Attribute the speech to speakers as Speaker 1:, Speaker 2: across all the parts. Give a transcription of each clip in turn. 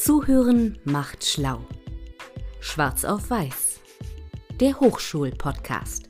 Speaker 1: Zuhören macht schlau. Schwarz auf Weiß. Der Hochschul-Podcast.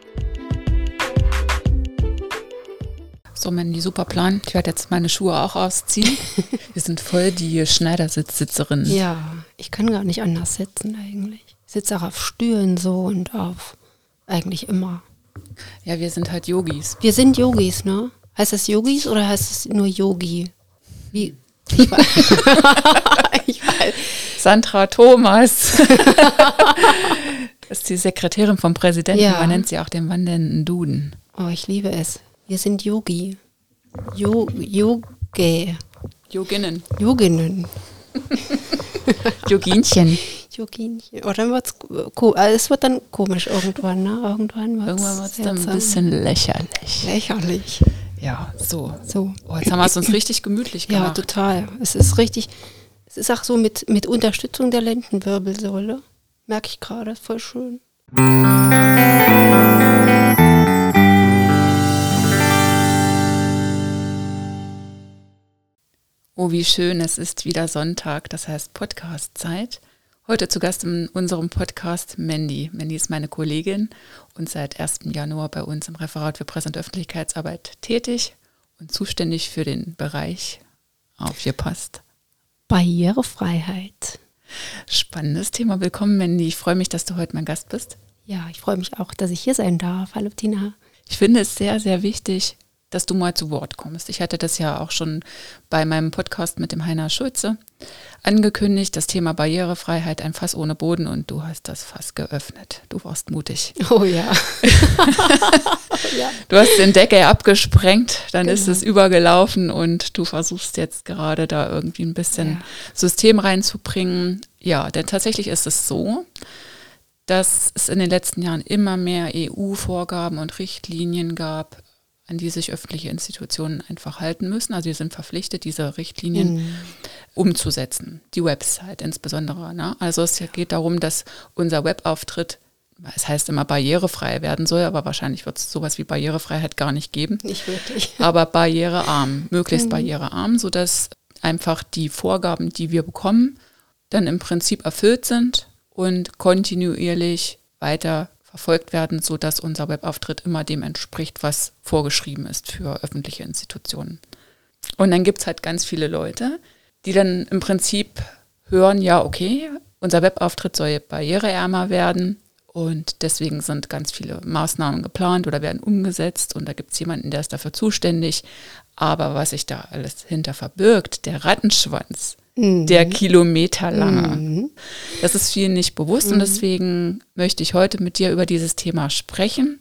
Speaker 2: So, Mandy, super Plan. Ich werde jetzt meine Schuhe auch ausziehen. Wir sind voll die Schneidersitzerinnen.
Speaker 3: Ja, ich kann gar nicht anders sitzen eigentlich. Ich sitze auch auf Stühlen so und auf eigentlich immer.
Speaker 2: Ja, wir sind halt Yogis.
Speaker 3: Wir sind Yogis, ne? Heißt das Yogis oder heißt es nur Yogi? Wie? Ich weiß.
Speaker 2: Sandra Thomas ist die Sekretärin vom Präsidenten.
Speaker 3: Ja.
Speaker 2: Man nennt sie auch den wandelnden Duden.
Speaker 3: Oh, ich liebe es. Wir sind Yogi. Yoginnen.
Speaker 2: Yoginnen. Yoginchen.
Speaker 3: Yoginchen. Oh, dann wird's es wird dann komisch irgendwann, ne? Irgendwann wird es
Speaker 2: dann ein bisschen lächerlich.
Speaker 3: Lächerlich.
Speaker 2: Ja, so. Oh, jetzt haben wir es uns richtig gemütlich gemacht.
Speaker 3: Ja, total. Es ist richtig, es ist auch so mit Unterstützung der Lendenwirbelsäule. Merke ich gerade, voll schön.
Speaker 2: Oh, wie schön, es ist wieder Sonntag, das heißt Podcast-Zeit. Heute zu Gast in unserem Podcast Mandy. Mandy ist meine Kollegin und seit 1. Januar bei uns im Referat für Presse- und Öffentlichkeitsarbeit tätig und zuständig für den Bereich aufgepasst.
Speaker 3: Barrierefreiheit.
Speaker 2: Spannendes Thema. Willkommen, Mandy. Ich freue mich, dass du heute mein Gast bist.
Speaker 3: Ja, ich freue mich auch, dass ich hier sein darf. Hallo, Tina.
Speaker 2: Ich finde es sehr, sehr wichtig, dass du mal zu Wort kommst. Ich hatte das ja auch schon bei meinem Podcast mit dem Heiner Schulze angekündigt, das Thema Barrierefreiheit, ein Fass ohne Boden, und du hast das Fass geöffnet. Du warst mutig.
Speaker 3: Oh ja.
Speaker 2: Du hast den Deckel abgesprengt, dann
Speaker 3: Genau.
Speaker 2: ist es übergelaufen und du versuchst jetzt gerade da irgendwie ein bisschen System reinzubringen. Ja, denn tatsächlich ist es so, dass es in den letzten Jahren immer mehr EU-Vorgaben und Richtlinien gab, an die sich öffentliche Institutionen einfach halten müssen. Also wir sind verpflichtet, diese Richtlinien umzusetzen. Die Website insbesondere. Ne? Also es geht darum, dass unser Webauftritt, es heißt immer barrierefrei werden soll, aber wahrscheinlich wird es sowas wie Barrierefreiheit gar nicht geben.
Speaker 3: Nicht wirklich.
Speaker 2: Aber barrierearm, möglichst barrierearm, sodass einfach die Vorgaben, die wir bekommen, dann im Prinzip erfüllt sind und kontinuierlich weiter verfolgt werden, sodass unser Webauftritt immer dem entspricht, was vorgeschrieben ist für öffentliche Institutionen. Und dann gibt es halt ganz viele Leute, die dann im Prinzip hören, ja, okay, unser Webauftritt soll barriereärmer werden und deswegen sind ganz viele Maßnahmen geplant oder werden umgesetzt und da gibt es jemanden, der ist dafür zuständig. Aber was sich da alles hinter verbirgt, der Rattenschwanz, der kilometerlange. Das ist vielen nicht bewusst und deswegen möchte ich heute mit dir über dieses Thema sprechen.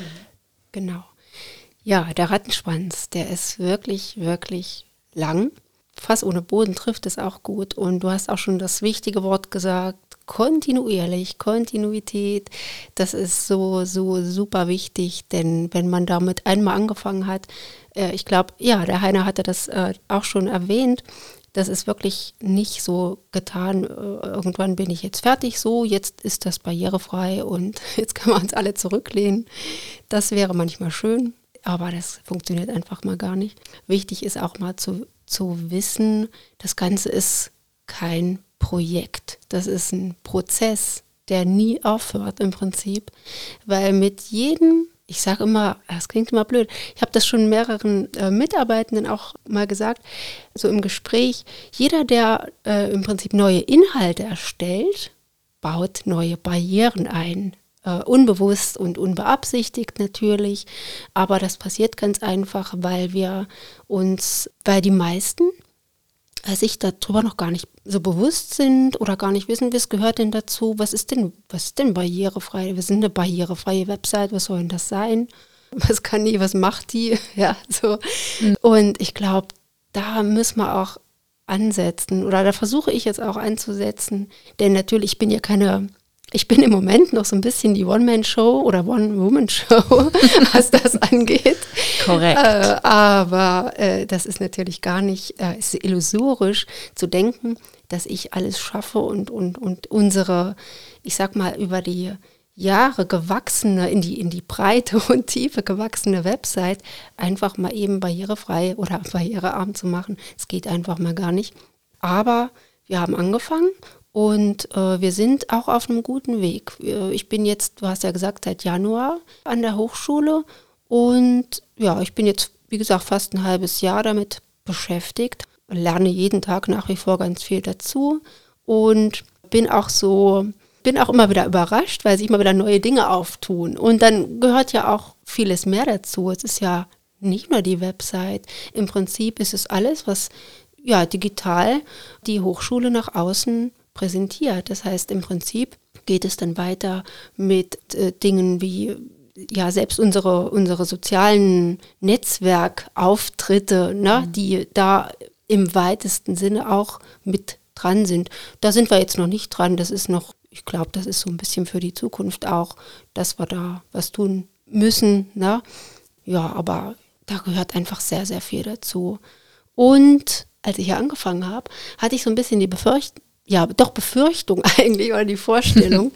Speaker 3: Genau. Ja, der Rattenschwanz, der ist wirklich, wirklich lang. Fass ohne Boden trifft es auch gut. Und du hast auch schon das wichtige Wort gesagt, kontinuierlich, Kontinuität. Das ist so super wichtig, denn wenn man damit einmal angefangen hat, ich glaube, ja, der Heiner hatte das auch schon erwähnt, das ist wirklich nicht so getan, irgendwann bin ich jetzt fertig, so, jetzt ist das barrierefrei und jetzt können wir uns alle zurücklehnen. Das wäre manchmal schön, aber das funktioniert einfach mal gar nicht. Wichtig ist auch mal zu wissen, das Ganze ist kein Projekt. Das ist ein Prozess, der nie aufhört im Prinzip, weil mit jedem, ich sage immer, das klingt immer blöd, ich habe das schon mehreren Mitarbeitenden auch mal gesagt, so im Gespräch, jeder, der im Prinzip neue Inhalte erstellt, baut neue Barrieren ein. Unbewusst und unbeabsichtigt natürlich, aber das passiert ganz einfach, weil die meisten sich darüber noch gar nicht so bewusst sind oder gar nicht wissen, was gehört denn dazu, was ist denn barrierefrei, wir sind eine barrierefreie Website, was soll denn das sein, was kann die, was macht die, ja, so. Und ich glaube, da müssen wir auch ansetzen oder da versuche ich jetzt auch anzusetzen, denn natürlich, ich bin im Moment noch so ein bisschen die One-Man-Show oder One-Woman-Show, was das angeht.
Speaker 2: Korrekt.
Speaker 3: Aber das ist natürlich gar nicht, ist illusorisch zu denken, dass ich alles schaffe und unsere, ich sag mal, über die Jahre gewachsene, in die Breite und Tiefe gewachsene Website einfach mal eben barrierefrei oder barrierearm zu machen. Es geht einfach mal gar nicht. Aber wir haben angefangen und wir sind auch auf einem guten Weg. Ich bin jetzt, du hast ja gesagt, seit Januar an der Hochschule und ja, ich bin jetzt, wie gesagt, fast ein halbes Jahr damit beschäftigt, lerne jeden Tag nach wie vor ganz viel dazu und bin auch immer wieder überrascht, weil sich immer wieder neue Dinge auftun. Und dann gehört ja auch vieles mehr dazu. Es ist ja nicht nur die Website. Im Prinzip ist es alles, was ja digital die Hochschule nach außen präsentiert. Das heißt, im Prinzip geht es dann weiter mit Dingen wie ja selbst unsere sozialen Netzwerkauftritte, ne, die da im weitesten Sinne auch mit dran sind. Da sind wir jetzt noch nicht dran. Das ist noch, ich glaube, das ist so ein bisschen für die Zukunft auch, dass wir da was tun müssen. Ne? Ja, aber da gehört einfach sehr, sehr viel dazu. Und als ich hier angefangen habe, hatte ich so ein bisschen die Befürchtung eigentlich, oder die Vorstellung,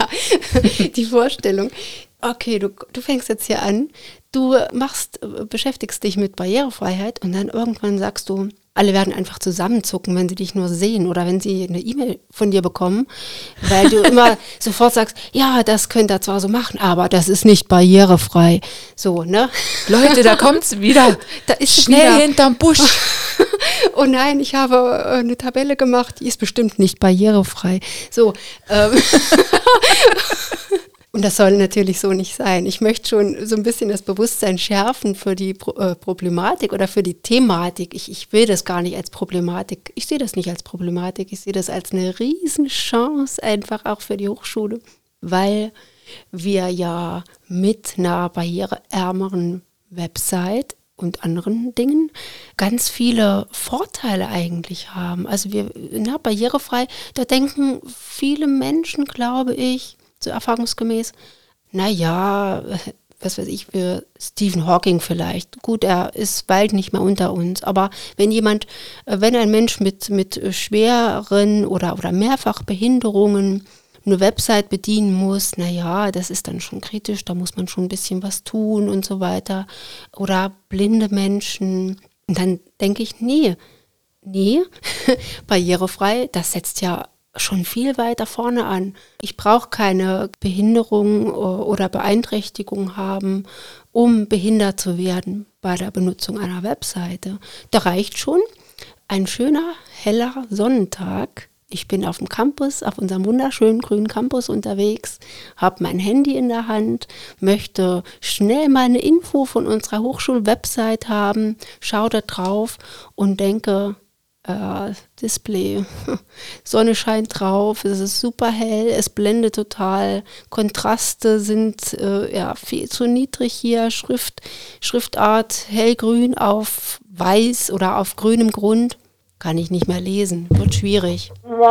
Speaker 3: okay, du fängst jetzt hier an, du beschäftigst dich mit Barrierefreiheit und dann irgendwann sagst du, alle werden einfach zusammenzucken, wenn sie dich nur sehen oder wenn sie eine E-Mail von dir bekommen, weil du immer sofort sagst, ja, das könnt ihr zwar so machen, aber das ist nicht barrierefrei. So, ne?
Speaker 2: Leute, da kommt's wieder.
Speaker 3: Da ist
Speaker 2: schnell hinterm Busch.
Speaker 3: Oh nein, ich habe eine Tabelle gemacht, die ist bestimmt nicht barrierefrei. So, und das soll natürlich so nicht sein. Ich möchte schon so ein bisschen das Bewusstsein schärfen für die Problematik oder für die Thematik. Ich will das gar nicht als Problematik. Ich sehe das nicht als Problematik. Ich sehe das als eine Riesenchance einfach auch für die Hochschule, weil wir ja mit einer barriereärmeren Website und anderen Dingen ganz viele Vorteile eigentlich haben. Also barrierefrei, da denken viele Menschen, glaube ich, so erfahrungsgemäß, naja, was weiß ich, für Stephen Hawking vielleicht. Gut, er ist bald nicht mehr unter uns, aber wenn ein Mensch mit schweren oder Mehrfachbehinderungen eine Website bedienen muss, naja, das ist dann schon kritisch, da muss man schon ein bisschen was tun und so weiter. Oder blinde Menschen. Und dann denke ich, nee, barrierefrei, das setzt ja schon viel weiter vorne an. Ich brauche keine Behinderung oder Beeinträchtigung haben, um behindert zu werden bei der Benutzung einer Webseite. Da reicht schon ein schöner, heller Sonnentag. Ich bin auf dem Campus, auf unserem wunderschönen grünen Campus unterwegs, habe mein Handy in der Hand, möchte schnell mal eine Info von unserer Hochschul-Website haben, schaue da drauf und denke, Display, Sonne scheint drauf, es ist super hell, es blendet total, Kontraste sind viel zu niedrig hier, Schriftart hellgrün auf weiß oder auf grünem Grund, kann ich nicht mehr lesen, wird schwierig.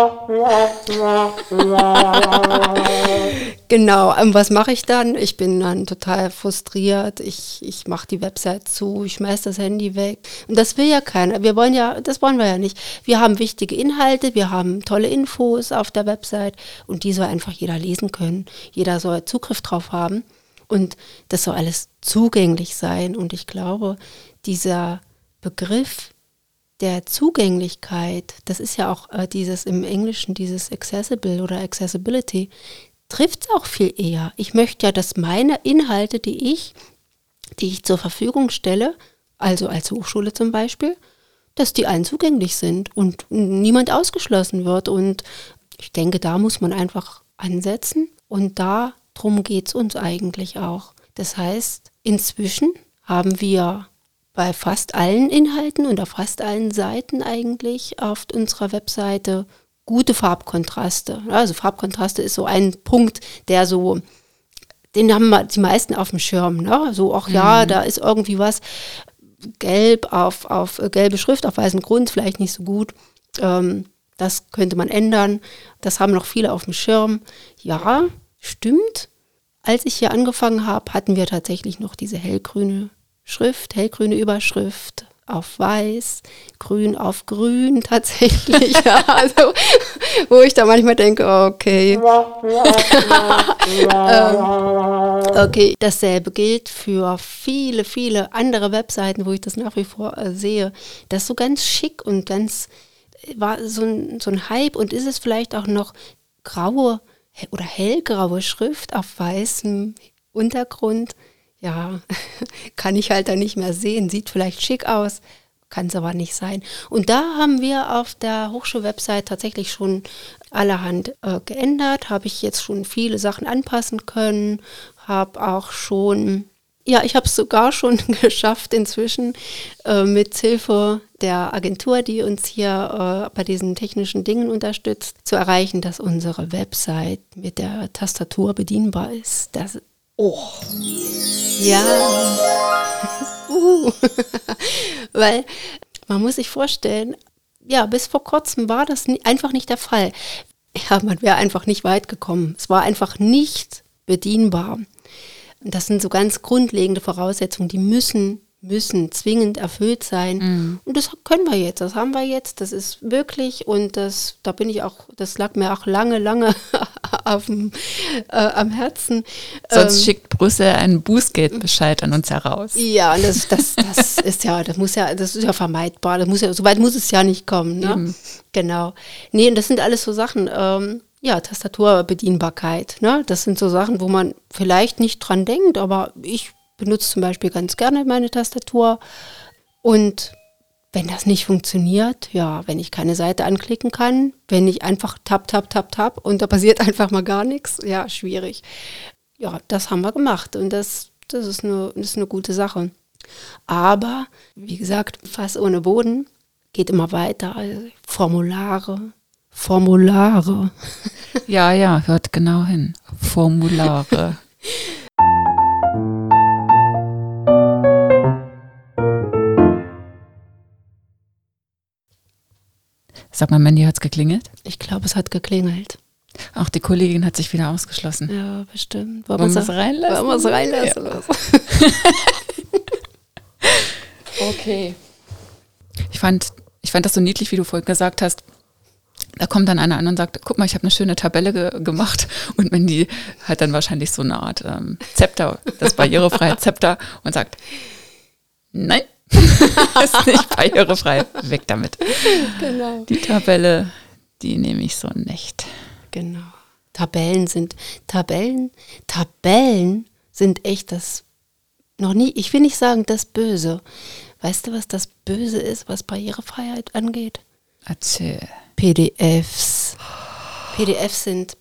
Speaker 3: Genau, was mache ich dann? Ich bin dann total frustriert, ich mache die Website zu, ich schmeiße das Handy weg. Und das will ja keiner, das wollen wir ja nicht. Wir haben wichtige Inhalte, wir haben tolle Infos auf der Website und die soll einfach jeder lesen können. Jeder soll Zugriff drauf haben und das soll alles zugänglich sein. Und ich glaube, dieser Begriff der Zugänglichkeit, das ist ja auch im Englischen dieses Accessible oder Accessibility, trifft es auch viel eher. Ich möchte ja, dass meine Inhalte, die ich zur Verfügung stelle, also als Hochschule zum Beispiel, dass die allen zugänglich sind und niemand ausgeschlossen wird. Und ich denke, da muss man einfach ansetzen und darum geht es uns eigentlich auch. Das heißt, inzwischen haben wir bei fast allen Inhalten und auf fast allen Seiten eigentlich auf unserer Webseite gute Farbkontraste. Also Farbkontraste ist so ein Punkt, den haben die meisten auf dem Schirm. Ne? So, da ist irgendwie was, gelb auf gelbe Schrift auf weißem Grund, vielleicht nicht so gut. Das könnte man ändern. Das haben noch viele auf dem Schirm. Ja, stimmt. Als ich hier angefangen habe, hatten wir tatsächlich noch diese hellgrüne Überschrift auf weiß, grün auf grün tatsächlich. Ja, also, wo ich da manchmal denke, okay. Okay, dasselbe gilt für viele, viele andere Webseiten, wo ich das nach wie vor sehe. Das ist so ganz schick und ganz war so ein Hype und ist es vielleicht auch noch graue oder hellgraue Schrift auf weißem Untergrund. Ja, kann ich halt dann nicht mehr sehen. Sieht vielleicht schick aus, kann es aber nicht sein. Und da haben wir auf der Hochschulwebsite tatsächlich schon allerhand geändert. Habe ich jetzt schon viele Sachen anpassen können. Habe auch schon, ja, ich habe es sogar schon geschafft inzwischen mit Hilfe der Agentur, die uns hier bei diesen technischen Dingen unterstützt, zu erreichen, dass unsere Website mit der Tastatur bedienbar ist. Das ja. Weil man muss sich vorstellen, ja, bis vor kurzem war das einfach nicht der Fall. Ja, man wäre einfach nicht weit gekommen. Es war einfach nicht bedienbar. Und das sind so ganz grundlegende Voraussetzungen, die müssen zwingend erfüllt sein. Und das können wir jetzt, das haben wir jetzt, das ist möglich und das lag mir auch lange am Herzen.
Speaker 2: Sonst schickt Brüssel einen Bußgeldbescheid an uns heraus.
Speaker 3: Ja, und das ist ja vermeidbar, so weit muss es ja nicht kommen. Ne? Genau. Nee, und das sind alles so Sachen, Tastaturbedienbarkeit, ne? Das sind so Sachen, wo man vielleicht nicht dran denkt, aber ich benutze zum Beispiel ganz gerne meine Tastatur und wenn das nicht funktioniert, ja, wenn ich keine Seite anklicken kann, wenn ich einfach tap und da passiert einfach mal gar nichts, ja, schwierig. Ja, das haben wir gemacht und das ist eine gute Sache. Aber, wie gesagt, Fass ohne Boden geht immer weiter. Also Formulare.
Speaker 2: Ja, hört genau hin. Formulare. Sag mal, Mandy, hat's geklingelt?
Speaker 3: Ich glaube, es hat geklingelt.
Speaker 2: Ach, die Kollegin hat sich wieder ausgeschlossen.
Speaker 3: Ja, bestimmt.
Speaker 2: Wollen wir es reinlassen?
Speaker 3: Wollen wir es reinlassen? Ja.
Speaker 2: Okay. Ich fand das so niedlich, wie du vorhin gesagt hast. Da kommt dann einer an und sagt, guck mal, ich habe eine schöne Tabelle gemacht. Und Mandy hat dann wahrscheinlich so eine Art Zepter, das barrierefreie Zepter und sagt, nein. Ist nicht barrierefrei. Weg damit.
Speaker 3: Genau.
Speaker 2: Die Tabelle, die nehme ich so nicht.
Speaker 3: Genau. Tabellen sind echt das, noch nie, ich will nicht sagen das Böse. Weißt du, was das Böse ist, was Barrierefreiheit angeht?
Speaker 2: Erzähl.
Speaker 3: PDFs sind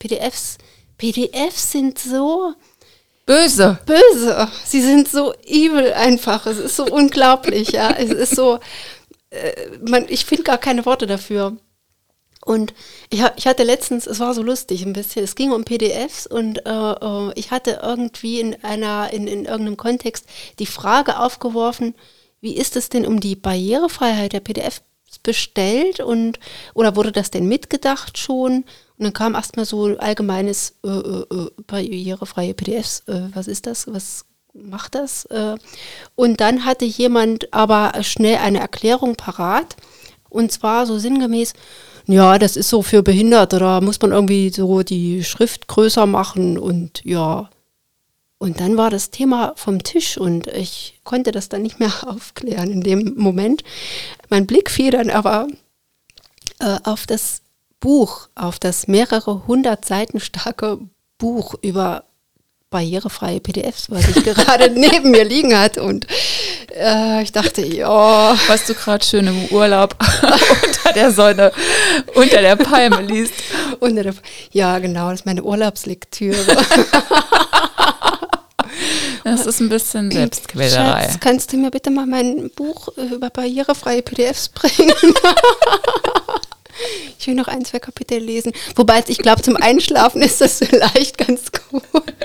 Speaker 3: so
Speaker 2: böse.
Speaker 3: Sie sind so evil einfach. Es ist so unglaublich, ja. Es ist so, ich finde gar keine Worte dafür. Und ich hatte letztens, es war so lustig ein bisschen, es ging um PDFs und ich hatte irgendwie in irgendeinem Kontext die Frage aufgeworfen, wie ist es denn um die Barrierefreiheit der PDFs bestellt oder wurde das denn mitgedacht schon? Und dann kam erstmal so allgemeines barrierefreie PDFs, was ist das, was macht das? Und dann hatte jemand aber schnell eine Erklärung parat und zwar so sinngemäß, ja, das ist so für Behinderte, da muss man irgendwie so die Schrift größer machen und ja. Und dann war das Thema vom Tisch und ich konnte das dann nicht mehr aufklären in dem Moment. Mein Blick fiel dann aber auf das Buch, auf das mehrere 100 Seiten starke Buch über barrierefreie PDFs, was ich gerade neben mir liegen hatte. Und ich dachte, ja.
Speaker 2: Was du gerade schön im Urlaub unter der Sonne, unter der Palme liest.
Speaker 3: Ja, genau, das ist meine Urlaubslektüre.
Speaker 2: Das ist ein bisschen Selbstquälerei.
Speaker 3: Schatz, kannst du mir bitte mal mein Buch über barrierefreie PDFs bringen? Ich will noch 1, 2 Kapitel lesen. Wobei, ich glaube, zum Einschlafen ist das vielleicht ganz gut.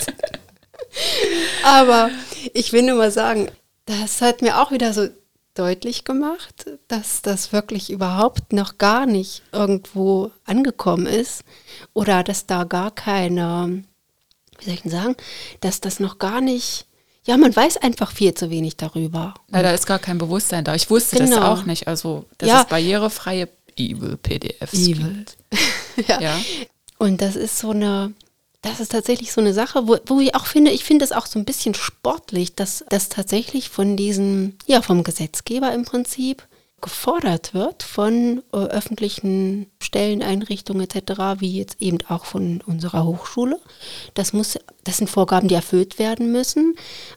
Speaker 3: Aber ich will nur mal sagen, das hat mir auch wieder so deutlich gemacht, dass das wirklich überhaupt noch gar nicht irgendwo angekommen ist oder dass da gar keine, wie soll ich denn sagen, dass das noch gar nicht, ja, man weiß einfach viel zu wenig darüber.
Speaker 2: Ja, da ist gar kein Bewusstsein da. Ich wusste das auch nicht, also dass es barrierefreie Evil-PDFs gibt.
Speaker 3: Ja. Und das ist tatsächlich so eine Sache, wo ich auch finde, ich finde es auch so ein bisschen sportlich, dass das tatsächlich von diesem, ja, vom Gesetzgeber im Prinzip gefordert wird von öffentlichen Stellen, Einrichtungen etc., wie jetzt eben auch von unserer Hochschule. Das sind Vorgaben, die erfüllt werden müssen.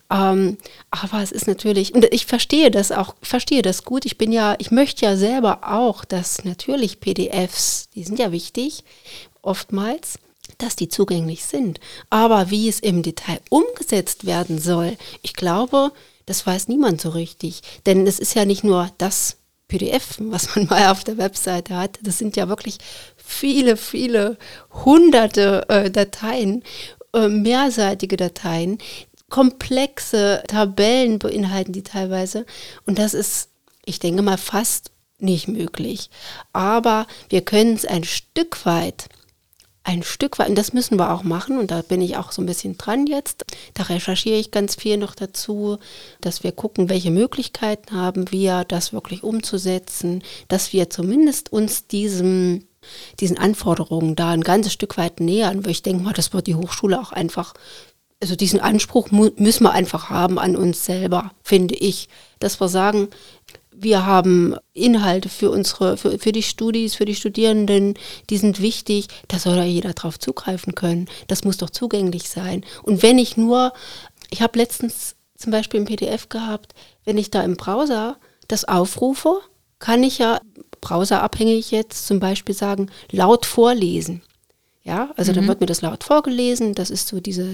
Speaker 3: Aber es ist natürlich, und ich verstehe das gut. Ich möchte ja selber auch, dass natürlich PDFs, die sind ja wichtig, oftmals, dass die zugänglich sind. Aber wie es im Detail umgesetzt werden soll, ich glaube, das weiß niemand so richtig. Denn es ist ja nicht nur das PDF, was man mal auf der Webseite hat. Das sind ja wirklich viele, viele hunderte Dateien, mehrseitige Dateien, komplexe Tabellen beinhalten die teilweise. Und das ist, ich denke mal, fast nicht möglich. Aber wir können es ein Stück weit, und das müssen wir auch machen, und da bin ich auch so ein bisschen dran jetzt. Da recherchiere ich ganz viel noch dazu, dass wir gucken, welche Möglichkeiten haben wir, das wirklich umzusetzen, dass wir zumindest uns diesen Anforderungen da ein ganzes Stück weit nähern, weil ich denke mal, das wird die Hochschule auch einfach, also diesen Anspruch müssen wir einfach haben an uns selber, finde ich, dass wir sagen, wir haben Inhalte für die Studis, für die Studierenden, die sind wichtig, da soll ja jeder drauf zugreifen können. Das muss doch zugänglich sein. Und wenn ich habe letztens zum Beispiel ein PDF gehabt, wenn ich da im Browser das aufrufe, kann ich ja browserabhängig jetzt zum Beispiel sagen, laut vorlesen. Ja, also dann wird mir das laut vorgelesen, das ist so diese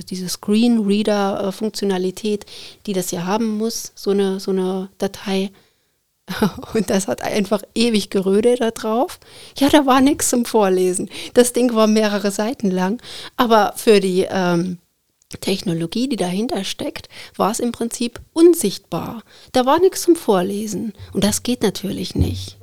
Speaker 3: Screenreader-Funktionalität, die das ja haben muss, so eine Datei. Und das hat einfach ewig gerödelt da drauf. Ja, da war nichts zum Vorlesen. Das Ding war mehrere Seiten lang. Aber für die Technologie, die dahinter steckt, war es im Prinzip unsichtbar. Da war nichts zum Vorlesen. Und das geht natürlich nicht.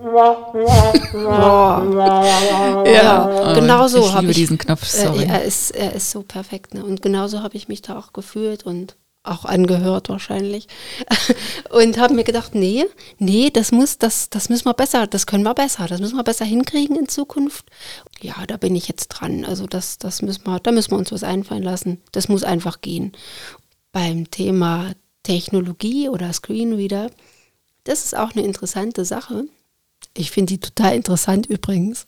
Speaker 3: Ja, genau so habe ich
Speaker 2: diesen Knopf, sorry.
Speaker 3: Er ist so perfekt. Ne? Und genauso habe ich mich da auch gefühlt und auch angehört wahrscheinlich. Und habe mir gedacht, nee, das müssen wir besser, das können wir besser, das müssen wir besser hinkriegen in Zukunft. Ja, da bin ich jetzt dran. Also da müssen wir uns was einfallen lassen. Das muss einfach gehen. Beim Thema Technologie oder Screenreader, das ist auch eine interessante Sache. Ich finde die total interessant übrigens.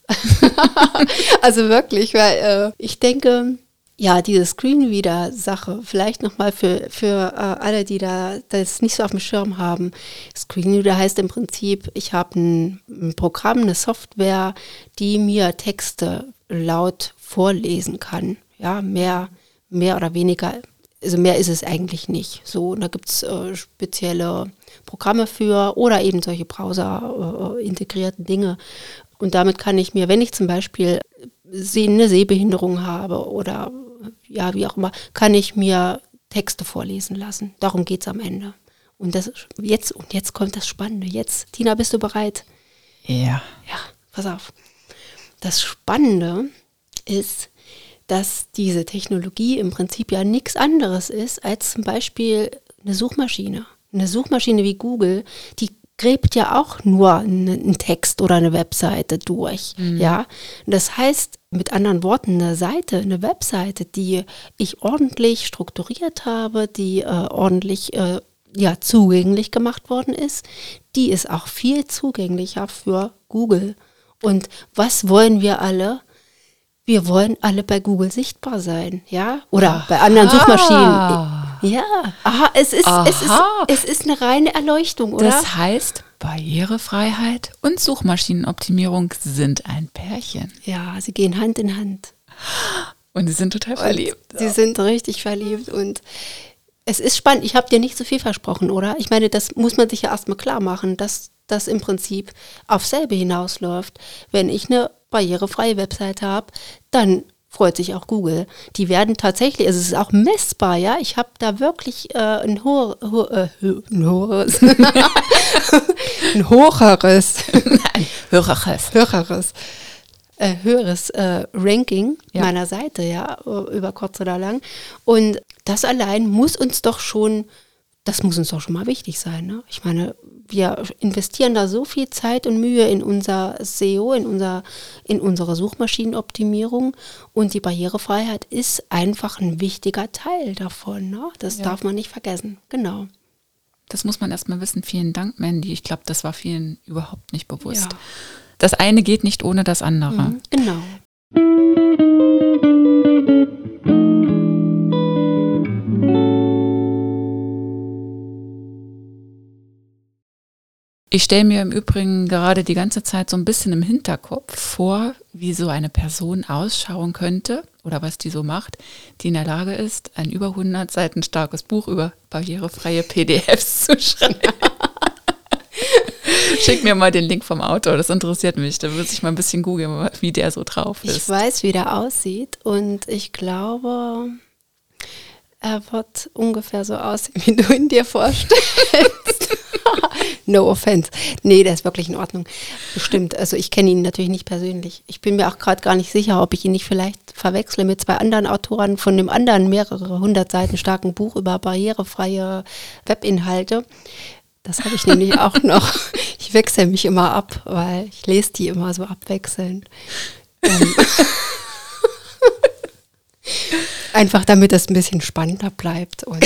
Speaker 3: Also wirklich, weil ich denke, ja, diese Screenreader-Sache, vielleicht nochmal für alle, die das nicht so auf dem Schirm haben. Screenreader heißt im Prinzip, ich habe ein Programm, eine Software, die mir Texte laut vorlesen kann. Ja, mehr oder weniger, also mehr ist es eigentlich nicht. So, und da gibt es spezielle Programme für oder eben solche Browser-integrierten Dinge. Und damit kann ich mir, wenn ich zum Beispiel eine Sehbehinderung habe oder ja, wie auch immer, kann ich mir Texte vorlesen lassen. Darum geht es am Ende. Und jetzt kommt das Spannende. Jetzt, Tina, bist du bereit?
Speaker 2: Ja.
Speaker 3: Ja, pass auf. Das Spannende ist, dass diese Technologie im Prinzip ja nichts anderes ist als zum Beispiel eine Suchmaschine. Eine Suchmaschine wie Google, die gräbt ja auch nur einen Text oder eine Webseite durch. Ja? Das heißt, mit anderen Worten, eine Webseite, die ich ordentlich strukturiert habe, die ordentlich zugänglich gemacht worden ist, die ist auch viel zugänglicher für Google. Und was wollen wir alle? Wir wollen alle bei Google sichtbar sein, ja? Oder bei anderen Suchmaschinen. Ja, es ist eine reine Erleuchtung, oder?
Speaker 2: Das heißt, Barrierefreiheit und Suchmaschinenoptimierung sind ein Pärchen.
Speaker 3: Ja, sie gehen Hand in Hand.
Speaker 2: Und sie sind total verliebt.
Speaker 3: Sie sind richtig verliebt und es ist spannend. Ich habe dir nicht so viel versprochen, oder? Ich meine, das muss man sich ja erstmal klar machen, dass das im Prinzip auf selbe hinausläuft. Wenn ich eine barrierefreie Website habe, dann freut sich auch Google. Die werden tatsächlich, also es ist auch messbar, ja. Ich habe da wirklich ein höheres Ranking meiner Seite, ja, über kurz oder lang. Und das allein muss uns doch schon mal wichtig sein. Ne? Ich meine, wir investieren da so viel Zeit und Mühe in unser SEO, in unsere Suchmaschinenoptimierung und die Barrierefreiheit ist einfach ein wichtiger Teil davon. Ne? Das darf man nicht vergessen. Genau.
Speaker 2: Das muss man erstmal wissen. Vielen Dank, Mandy. Ich glaube, das war vielen überhaupt nicht bewusst.
Speaker 3: Ja.
Speaker 2: Das eine geht nicht ohne das andere.
Speaker 3: Genau.
Speaker 2: Ich stelle mir im Übrigen gerade die ganze Zeit so ein bisschen im Hinterkopf vor, wie so eine Person ausschauen könnte oder was die so macht, die in der Lage ist, ein über 100 Seiten starkes Buch über barrierefreie PDFs zu schreiben. Schick mir mal den Link vom Autor, das interessiert mich. Da muss ich mal ein bisschen googeln, wie der so drauf ist.
Speaker 3: Ich weiß, wie der aussieht und ich glaube, er wird ungefähr so aussehen, wie du ihn dir vorstellst. No offense. Nee, der ist wirklich in Ordnung. Bestimmt. Also ich kenne ihn natürlich nicht persönlich. Ich bin mir auch gerade gar nicht sicher, ob ich ihn nicht vielleicht verwechsle mit 2 anderen Autoren von dem anderen mehrere 100 Seiten starken Buch über barrierefreie Webinhalte. Das habe ich nämlich auch noch. Ich wechsle mich immer ab, weil ich lese die immer so abwechselnd. Einfach damit das ein bisschen spannender bleibt. Und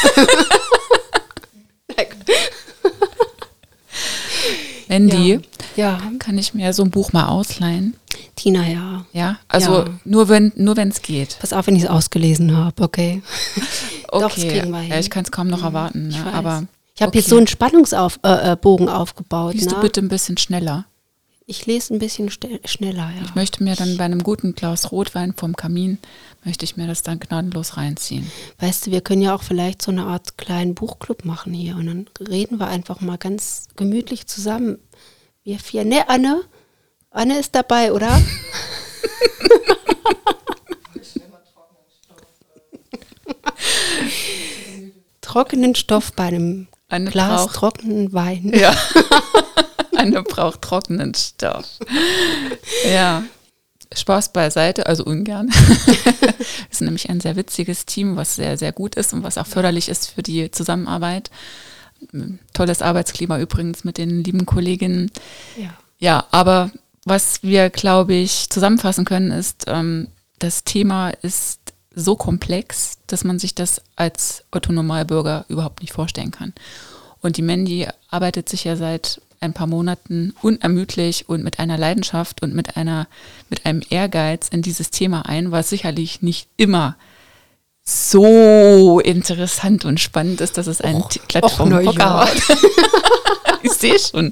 Speaker 2: Mandy,
Speaker 3: ja.
Speaker 2: kann ich mir so ein Buch mal ausleihen?
Speaker 3: Tina, ja.
Speaker 2: Ja, also
Speaker 3: Ja.
Speaker 2: nur wenn es geht.
Speaker 3: Pass auf, wenn ich es ausgelesen habe, okay? Doch, das
Speaker 2: Okay,
Speaker 3: kriegen wir hin.
Speaker 2: ja, ich kann es kaum noch erwarten.
Speaker 3: Ich
Speaker 2: Ne?
Speaker 3: weiß.
Speaker 2: Aber
Speaker 3: Ich habe
Speaker 2: okay.
Speaker 3: jetzt so einen Spannungsbogen aufgebaut.
Speaker 2: Liest du
Speaker 3: Ne?
Speaker 2: bitte ein bisschen schneller?
Speaker 3: Ich lese ein bisschen schneller, ja.
Speaker 2: Ich möchte mir dann bei einem guten Glas Rotwein vom Kamin, möchte ich mir das dann gnadenlos reinziehen.
Speaker 3: Weißt du, wir können ja auch vielleicht so eine Art kleinen Buchclub machen hier und dann reden wir einfach mal ganz gemütlich zusammen. Wir 4. Ne, Anne? Anne ist dabei, oder? Trockenen Stoff bei einem
Speaker 2: Anne
Speaker 3: Glas
Speaker 2: braucht-
Speaker 3: trockenen Wein.
Speaker 2: Ja. Anne braucht trockenen Stoff. Ja. Spaß beiseite, also ungern. Wir sind nämlich ein sehr witziges Team, was sehr, sehr gut ist und was auch förderlich ist für die Zusammenarbeit. Tolles Arbeitsklima übrigens mit den lieben Kolleginnen.
Speaker 3: Ja.
Speaker 2: Ja, aber was wir, glaube ich, zusammenfassen können, ist, das Thema ist so komplex, dass man sich das als Otto-Normalbürger überhaupt nicht vorstellen kann. Und die Mandy arbeitet sich ja seit ein paar Monaten unermüdlich und mit einer Leidenschaft und mit einem Ehrgeiz in dieses Thema ein, was sicherlich nicht immer so interessant und spannend ist, dass es einen glatt vom Hocker haut. Ich sehe schon.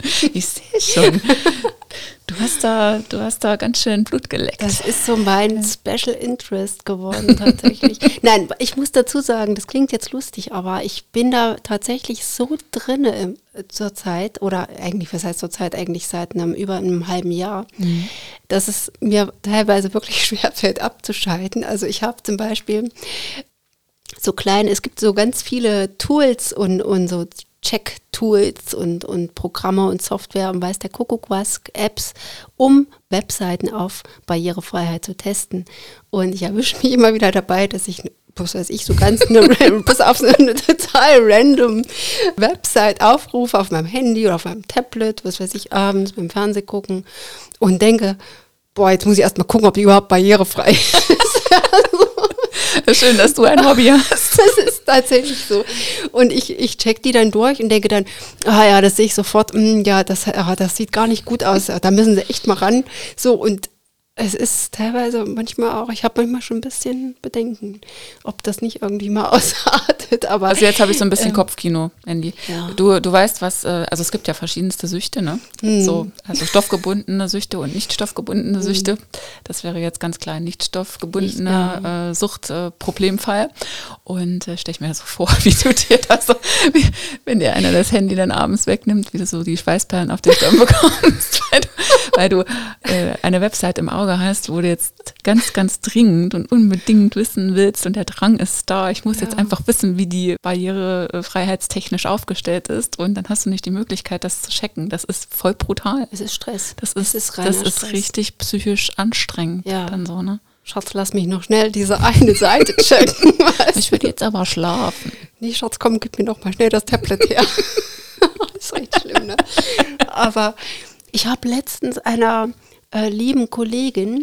Speaker 2: Du hast da ganz schön Blut geleckt.
Speaker 3: Das ist so mein Special Interest geworden tatsächlich. Nein, ich muss dazu sagen, das klingt jetzt lustig, aber ich bin da tatsächlich so drinne zur Zeit, oder eigentlich, was heißt zur Zeit, eigentlich seit über einem halben Jahr, dass es mir teilweise wirklich schwerfällt abzuschalten. Also ich habe zum Beispiel es gibt so ganz viele Tools und so Check-Tools und Programme und Software und weiß der Kuckuck was, Apps, um Webseiten auf Barrierefreiheit zu testen. Und ich erwische mich immer wieder dabei, dass ich, bis auf so eine total random Website aufrufe auf meinem Handy oder auf meinem Tablet, was weiß ich, abends beim Fernsehen gucken und denke, boah, jetzt muss ich erst mal gucken, ob die überhaupt barrierefrei ist.
Speaker 2: Schön, dass du ein Hobby hast.
Speaker 3: Das ist tatsächlich so. Und ich check die dann durch und denke dann, das sehe ich sofort, das sieht gar nicht gut aus, da müssen sie echt mal ran. So, und es ist teilweise manchmal auch, ich habe manchmal schon ein bisschen Bedenken, ob das nicht irgendwie mal ausartet. Aber,
Speaker 2: also jetzt habe ich so ein bisschen Kopfkino, Andy.
Speaker 3: Ja.
Speaker 2: Du weißt was, also es gibt ja verschiedenste Süchte, ne? So, also stoffgebundene Süchte und nicht stoffgebundene Süchte. Das wäre jetzt ganz klar ein nicht stoffgebundener Suchtproblemfall. Und stelle ich mir das so vor, wie du dir das so, wenn dir einer das Handy dann abends wegnimmt, wie du so die Schweißperlen auf den Stirn bekommst, weil du eine Website im Auge hast, wo du jetzt ganz, ganz dringend und unbedingt wissen willst und der Drang ist da. Ich muss jetzt einfach wissen, wie die barrierefreiheitstechnisch aufgestellt ist und dann hast du nicht die Möglichkeit, das zu checken. Das ist voll brutal.
Speaker 3: es ist Stress.
Speaker 2: Das
Speaker 3: es
Speaker 2: ist
Speaker 3: reiner
Speaker 2: Stress. Richtig psychisch anstrengend.
Speaker 3: Ja.
Speaker 2: Dann so, ne?
Speaker 3: Schatz, lass mich noch schnell diese eine Seite checken.
Speaker 2: Ich will jetzt aber schlafen.
Speaker 3: Nee, Schatz, komm, gib mir noch mal schnell das Tablet her. Das ist echt schlimm, ne? Aber ich habe letztens einer lieben Kollegin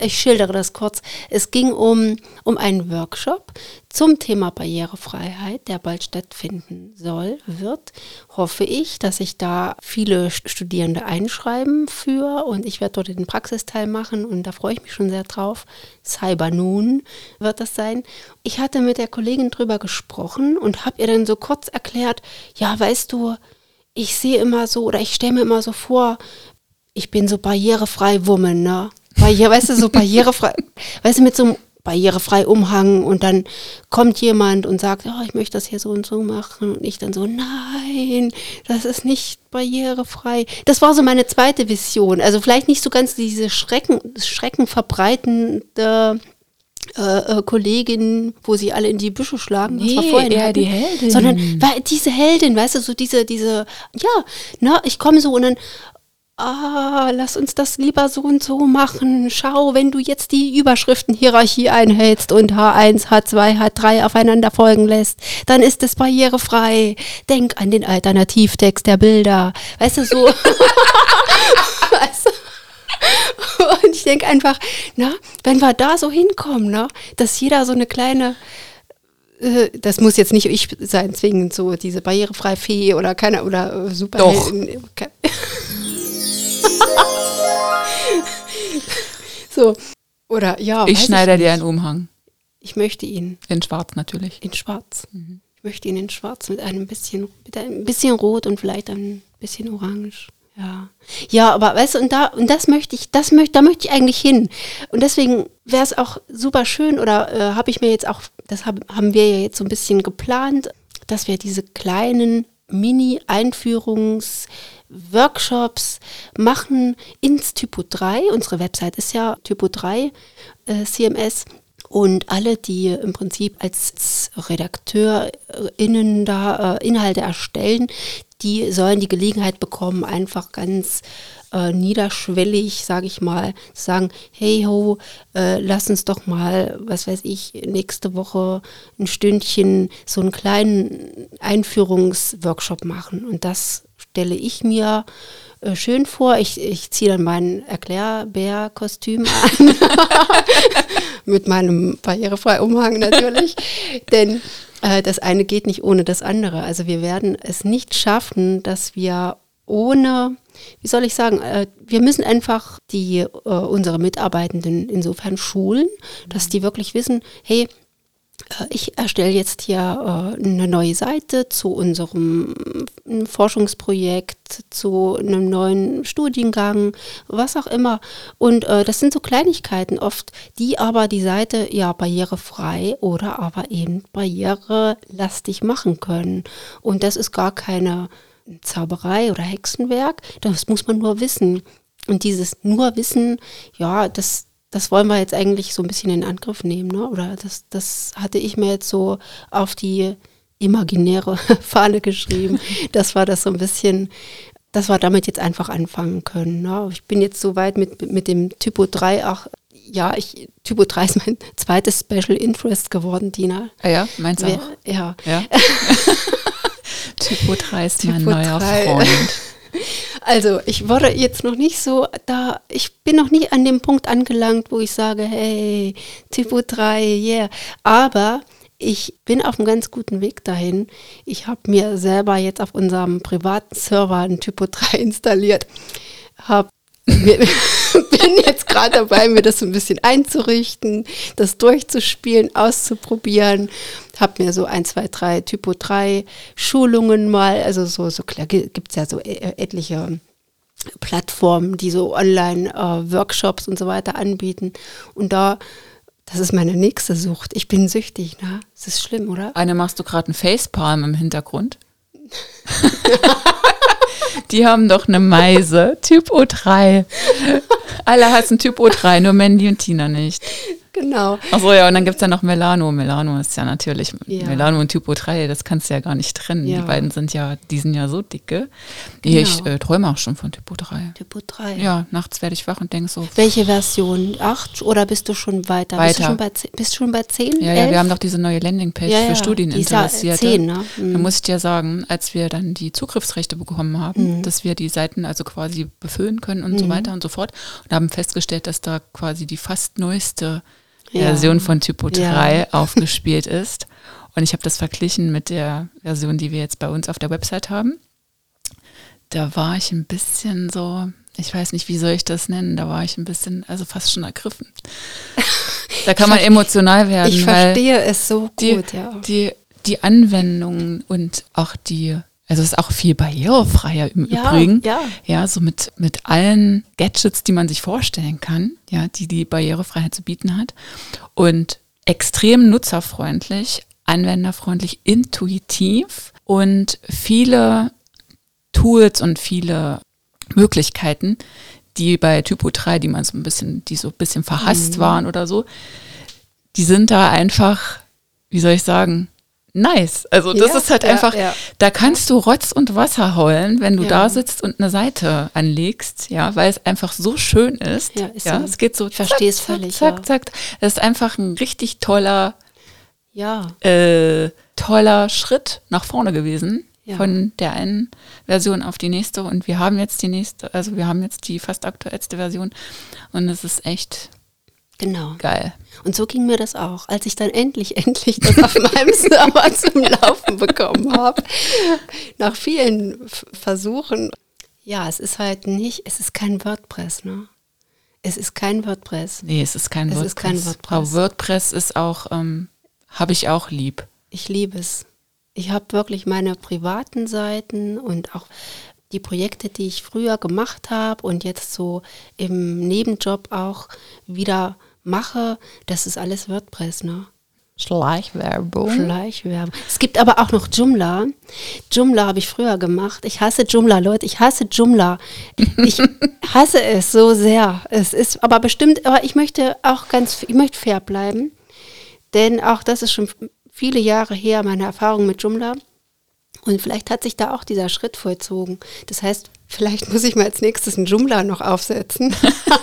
Speaker 3: Ich schildere das kurz. Es ging um einen Workshop zum Thema Barrierefreiheit, der bald stattfinden wird. Hoffe ich, dass sich da viele Studierende einschreiben für und ich werde dort den Praxisteil machen und da freue ich mich schon sehr drauf. Cybernoon wird das sein. Ich hatte mit der Kollegin drüber gesprochen und habe ihr dann so kurz erklärt, ja, weißt du, ich sehe immer so oder ich stelle mir immer so vor, ich bin so barrierefrei Woman, ne? Weißt du, so barrierefrei, weißt du, mit so einem barrierefrei Umhang und dann kommt jemand und sagt, oh, ich möchte das hier so und so machen und ich dann so, nein, das ist nicht barrierefrei. Das war so meine zweite Vision, also vielleicht nicht so ganz diese schreckenverbreitende Kollegin, wo sie alle in die Büsche schlagen,
Speaker 2: nee, was wir vorhin hatten, die Heldin.
Speaker 3: Sondern diese Heldin, weißt du, so diese, ja, ne, ich komme so und dann, lass uns das lieber so und so machen. Schau, wenn du jetzt die Überschriftenhierarchie einhältst und H1, H2, H3 aufeinander folgen lässt, dann ist es barrierefrei. Denk an den Alternativtext der Bilder. Weißt du, so. Weißt du? Und ich denke einfach, na, wenn wir da so hinkommen, na, dass jeder so eine kleine, das muss jetzt nicht ich sein, zwingend so diese barrierefreie Fee oder keine, oder Superhelden.
Speaker 2: Doch.
Speaker 3: So, oder ja.
Speaker 2: Ich schneide dir einen Umhang.
Speaker 3: Ich möchte ihn.
Speaker 2: In schwarz natürlich.
Speaker 3: In schwarz. Mhm. Ich möchte ihn in schwarz mit ein bisschen rot und vielleicht ein bisschen orange. Ja. Ja, aber weißt du, da möchte ich eigentlich hin. Und deswegen wäre es auch super schön, oder habe ich mir jetzt auch, das haben wir ja jetzt so ein bisschen geplant, dass wir diese kleinen Mini-Einführungs-Workshops machen ins Typo 3. Unsere Website ist ja Typo 3 CMS. Und alle, die im Prinzip als RedakteurInnen da Inhalte erstellen, die sollen die Gelegenheit bekommen, einfach ganz niederschwellig, sage ich mal, zu sagen, hey ho, lass uns doch mal, was weiß ich, nächste Woche ein Stündchen so einen kleinen Einführungsworkshop machen. Und das stelle ich mir schön vor. Ich ziehe dann mein Erklärbär-Kostüm an. Mit meinem barrierefreien Umhang natürlich. Denn das eine geht nicht ohne das andere. Also wir werden es nicht schaffen, dass wir ohne, wie soll ich sagen, wir müssen einfach unsere Mitarbeitenden insofern schulen, dass die wirklich wissen, hey, ich erstelle jetzt hier eine neue Seite zu unserem Forschungsprojekt, zu einem neuen Studiengang, was auch immer. Und das sind so Kleinigkeiten oft, die aber die Seite ja barrierefrei oder aber eben barrierelastig machen können. Und das ist gar keine Zauberei oder Hexenwerk, das muss man nur wissen. Und dieses nur Wissen, ja, das wollen wir jetzt eigentlich so ein bisschen in Angriff nehmen, ne? Oder das hatte ich mir jetzt so auf die imaginäre Fahne geschrieben, dass wir das so ein bisschen, dass wir damit jetzt einfach anfangen können. Ne? Ich bin jetzt so weit mit dem Typo 3, Typo 3 ist mein zweites Special Interest geworden, Dina.
Speaker 2: Ah ja, meinst du auch?
Speaker 3: Ja.
Speaker 2: Typo 3 ist mein neuer Freund.
Speaker 3: Also ich wurde jetzt noch nicht so ich bin noch nie an dem Punkt angelangt, wo ich sage, hey, Typo 3, yeah. Aber ich bin auf einem ganz guten Weg dahin. Ich habe mir selber jetzt auf unserem privaten Server einen Typo 3 installiert. Bin jetzt gerade dabei, mir das so ein bisschen einzurichten, das durchzuspielen, auszuprobieren. Habe mir so 1, 2, 3 Typo 3 Schulungen mal, also so klar, gibt es ja so etliche Plattformen, die so Online-Workshops und so weiter anbieten. Und das ist meine nächste Sucht. Ich bin süchtig, ne? Das ist schlimm, oder?
Speaker 2: Machst du gerade einen Facepalm im Hintergrund? Die haben doch eine Meise. Typo 3. Alle hassen Typo 3, nur Mandy und Tina nicht.
Speaker 3: Genau.
Speaker 2: Achso, ja, und dann gibt es ja noch Melano. Melano ist ja natürlich, Melano und Typo 3, das kannst du ja gar nicht trennen.
Speaker 3: Ja.
Speaker 2: Die beiden sind ja so dicke.
Speaker 3: Genau.
Speaker 2: Ich träume auch schon von Typo 3.
Speaker 3: Typo 3.
Speaker 2: Ja, nachts werde ich wach und denke so.
Speaker 3: Welche Version? 8 oder bist du schon weiter?
Speaker 2: Weiter.
Speaker 3: Bist du schon bei 10?
Speaker 2: Ja,
Speaker 3: 11?
Speaker 2: Wir haben doch diese neue Landingpage für Studieninteressierte.
Speaker 3: Die ist ja 10, ne?
Speaker 2: Da muss ich dir sagen, als wir dann die Zugriffsrechte bekommen haben, dass wir die Seiten also quasi befüllen können und so weiter und so fort und haben festgestellt, dass da quasi die fast neueste Version von Typo 3 aufgespielt ist. Und ich habe das verglichen mit der Version, die wir jetzt bei uns auf der Website haben. Da war ich ein bisschen so, ich weiß nicht, wie soll ich das nennen, da war ich ein bisschen, also fast schon ergriffen. Da kann man emotional werden.
Speaker 3: Ich verstehe es so gut,
Speaker 2: Die Anwendungen und auch also es ist auch viel barrierefreier im Übrigen. Ja, so mit allen Gadgets, die man sich vorstellen kann, ja, die Barrierefreiheit zu bieten hat. Und extrem nutzerfreundlich, anwenderfreundlich, intuitiv und viele Tools und viele Möglichkeiten, die bei Typo 3, die so ein bisschen verhasst waren oder so, die sind da einfach, wie soll ich sagen, nice. Also das ist halt einfach, da kannst du Rotz und Wasser heulen, wenn du da sitzt und eine Seite anlegst, ja, weil es einfach so schön ist.
Speaker 3: So.
Speaker 2: Es geht so,
Speaker 3: ich verstehe es völlig.
Speaker 2: Zack. Das ist einfach ein richtig toller Schritt nach vorne gewesen. Von der einen Version auf die nächste und wir haben jetzt die fast aktuellste Version und es ist echt geil.
Speaker 3: Und so ging mir das auch, als ich dann endlich das auf meinem Server zum Laufen bekommen habe, nach vielen Versuchen. Ja, es ist kein WordPress, ne? Es ist kein WordPress.
Speaker 2: Nee, es ist kein WordPress. Aber WordPress ist auch, habe ich auch lieb.
Speaker 3: Ich liebe es. Ich habe wirklich meine privaten Seiten und auch die Projekte, die ich früher gemacht habe und jetzt so im Nebenjob auch wieder mache, das ist alles WordPress, ne?
Speaker 2: Schleichwerbung.
Speaker 3: Es gibt aber auch noch Joomla. Joomla habe ich früher gemacht. Ich hasse Joomla, Leute. Ich hasse Joomla. Ich hasse es so sehr. Es ist aber bestimmt, aber ich möchte fair bleiben, denn auch das ist schon viele Jahre her, meine Erfahrung mit Joomla. Und vielleicht hat sich da auch dieser Schritt vollzogen. Das heißt, vielleicht muss ich mal als nächstes einen Joomla noch aufsetzen.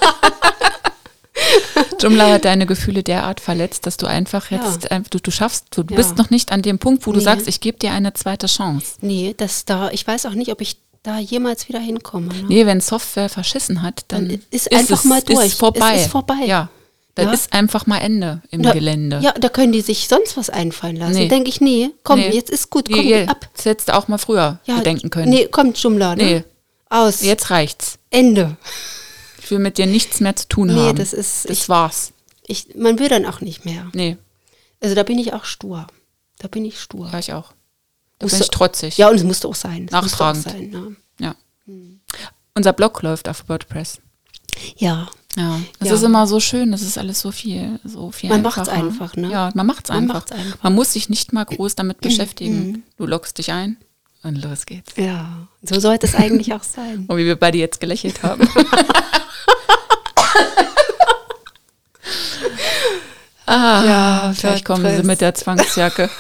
Speaker 2: Joomla hat deine Gefühle derart verletzt, dass du einfach jetzt, du bist noch nicht an dem Punkt, wo du sagst, ich gebe dir eine zweite Chance.
Speaker 3: Nee, ich weiß auch nicht, ob ich da jemals wieder hinkomme. Ne?
Speaker 2: Nee, wenn Software verschissen hat, dann
Speaker 3: ist einfach mal durch.
Speaker 2: Ist vorbei.
Speaker 3: Es ist vorbei.
Speaker 2: Ja. Da ist einfach mal Ende im Gelände.
Speaker 3: Ja, da können die sich sonst was einfallen lassen.
Speaker 2: Nee.
Speaker 3: Denke ich, jetzt ist gut, komm ab.
Speaker 2: Das hättest du auch mal früher bedenken können.
Speaker 3: Nee, komm, Joomla, ne?
Speaker 2: Nee.
Speaker 3: Aus.
Speaker 2: Jetzt reicht's.
Speaker 3: Ende.
Speaker 2: Ich will mit dir nichts mehr zu tun haben. Das war's.
Speaker 3: Man will dann auch nicht mehr.
Speaker 2: Nee.
Speaker 3: Also da bin ich auch stur.
Speaker 2: Ja, ich auch. Da bin ich trotzig.
Speaker 3: Ja, und es musste auch sein.
Speaker 2: Nachtragend. Ja. Unser Blog läuft auf WordPress.
Speaker 3: Ja.
Speaker 2: Ja, es ist immer so schön, das ist alles so viel
Speaker 3: man macht es einfach, ne?
Speaker 2: Ja, man macht es einfach. Man muss sich nicht mal groß damit beschäftigen. Du loggst dich ein und los geht's.
Speaker 3: Ja, so sollte es eigentlich auch sein.
Speaker 2: Und wie wir beide jetzt gelächelt haben. Vielleicht kommen sie mit der Zwangsjacke.